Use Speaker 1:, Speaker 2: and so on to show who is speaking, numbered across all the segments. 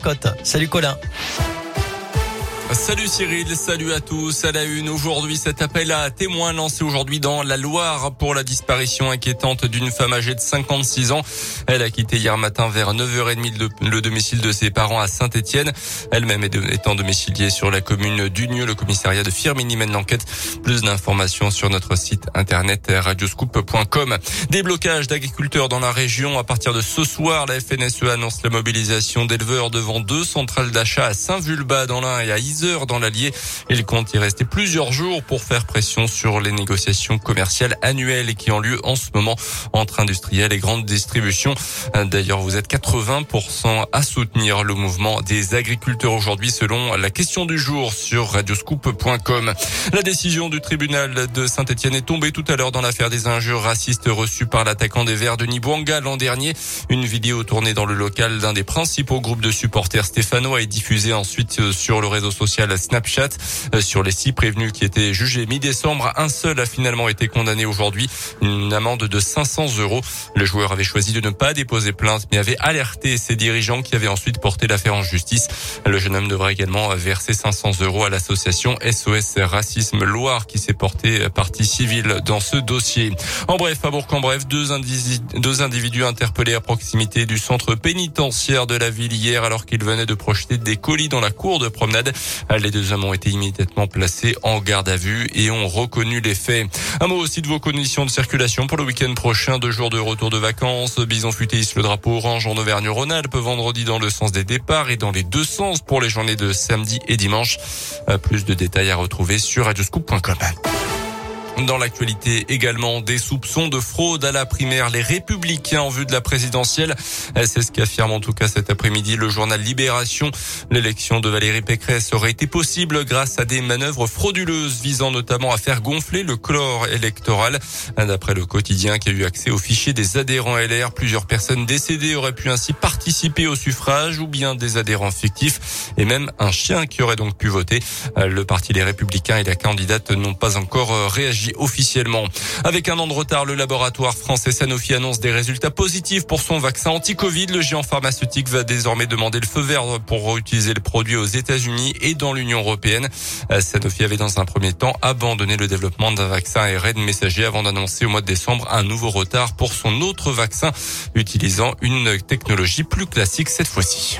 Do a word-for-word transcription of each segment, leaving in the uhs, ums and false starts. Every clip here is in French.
Speaker 1: côte. Salut Colin.
Speaker 2: Salut Cyril, salut à tous. À la une, aujourd'hui, cet appel à témoins lancé aujourd'hui dans la Loire pour la disparition inquiétante d'une femme âgée de cinquante-six ans. Elle a quitté hier matin vers neuf heures trente le domicile de ses parents à Saint-Étienne. Elle-même étant domiciliée sur la commune d'Unieux, le commissariat de Firminy mène l'enquête. Plus d'informations sur notre site internet radioscoop point com. Des blocages d'agriculteurs dans la région. À partir de ce soir, la F N S E annonce la mobilisation d'éleveurs devant deux centrales d'achat à Saint-Vulbas dans l'Ain et à Yzeure dans l'Allier. Il compte y rester plusieurs jours pour faire pression sur les négociations commerciales annuelles qui ont lieu en ce moment entre industriels et grandes distributions. D'ailleurs, vous êtes quatre-vingts pour cent à soutenir le mouvement des agriculteurs aujourd'hui selon la question du jour sur radioscoop point com. La décision du tribunal de Saint-Étienne est tombée tout à l'heure dans l'affaire des injures racistes reçues par l'attaquant des Verts Denis Bouanga l'an dernier. Une vidéo tournée dans le local d'un des principaux groupes de supporters stéphanois est diffusée ensuite sur le réseau social Snapchat. Sur les six prévenus qui étaient jugés mi-décembre, un seul a finalement été condamné aujourd'hui. Une amende de cinq cents euros. Le joueur avait choisi de ne pas déposer plainte, mais avait alerté ses dirigeants qui avaient ensuite porté l'affaire en justice. Le jeune homme devrait également verser cinq cents euros à l'association S O S Racisme Loire qui s'est portée partie civile dans ce dossier. En bref, à Bourg-en-Bref, deux, individus, deux individus interpellés à proximité du centre pénitentiaire de la ville hier alors qu'ils venaient de projeter des colis dans la cour de promenade. Les deux hommes ont été immédiatement placés en garde à vue et ont reconnu les faits. Un mot aussi de vos conditions de circulation pour le week-end prochain. Deux jours de retour de vacances. Bison Futé hisse le drapeau orange en Auvergne-Rhône-Alpes vendredi dans le sens des départs et dans les deux sens pour les journées de samedi et dimanche. Plus de détails à retrouver sur radioscoop point com. Dans l'actualité également, des soupçons de fraude à la primaire. Les Républicains en vue de la présidentielle. C'est ce qu'affirme en tout cas cet après-midi le journal Libération. L'élection de Valérie Pécresse aurait été possible grâce à des manœuvres frauduleuses visant notamment à faire gonfler le corps électoral. D'après le quotidien qui a eu accès au fichier des adhérents L R, plusieurs personnes décédées auraient pu ainsi participer au suffrage ou bien des adhérents fictifs et même un chien qui aurait donc pu voter. Le parti Les Républicains et la candidate n'ont pas encore réagi officiellement. Avec un an de retard, le laboratoire français Sanofi annonce des résultats positifs pour son vaccin anti-Covid. Le géant pharmaceutique va désormais demander le feu vert pour utiliser le produit aux États-Unis et dans l'Union européenne. Sanofi avait dans un premier temps abandonné le développement d'un vaccin A R N messager avant d'annoncer au mois de décembre un nouveau retard pour son autre vaccin utilisant une technologie plus classique cette fois-ci.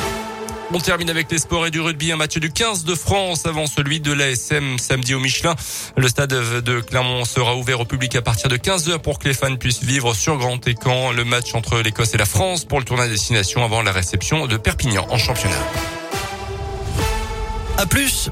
Speaker 2: On termine avec les sports et du rugby. Un match du quinze de France avant celui de l'A S M samedi au Michelin. Le stade de Clermont sera ouvert au public à partir de quinze heures pour que les fans puissent vivre sur grand écran le match entre l'Écosse et la France pour le tournoi de destination avant la réception de Perpignan en championnat.
Speaker 1: À plus.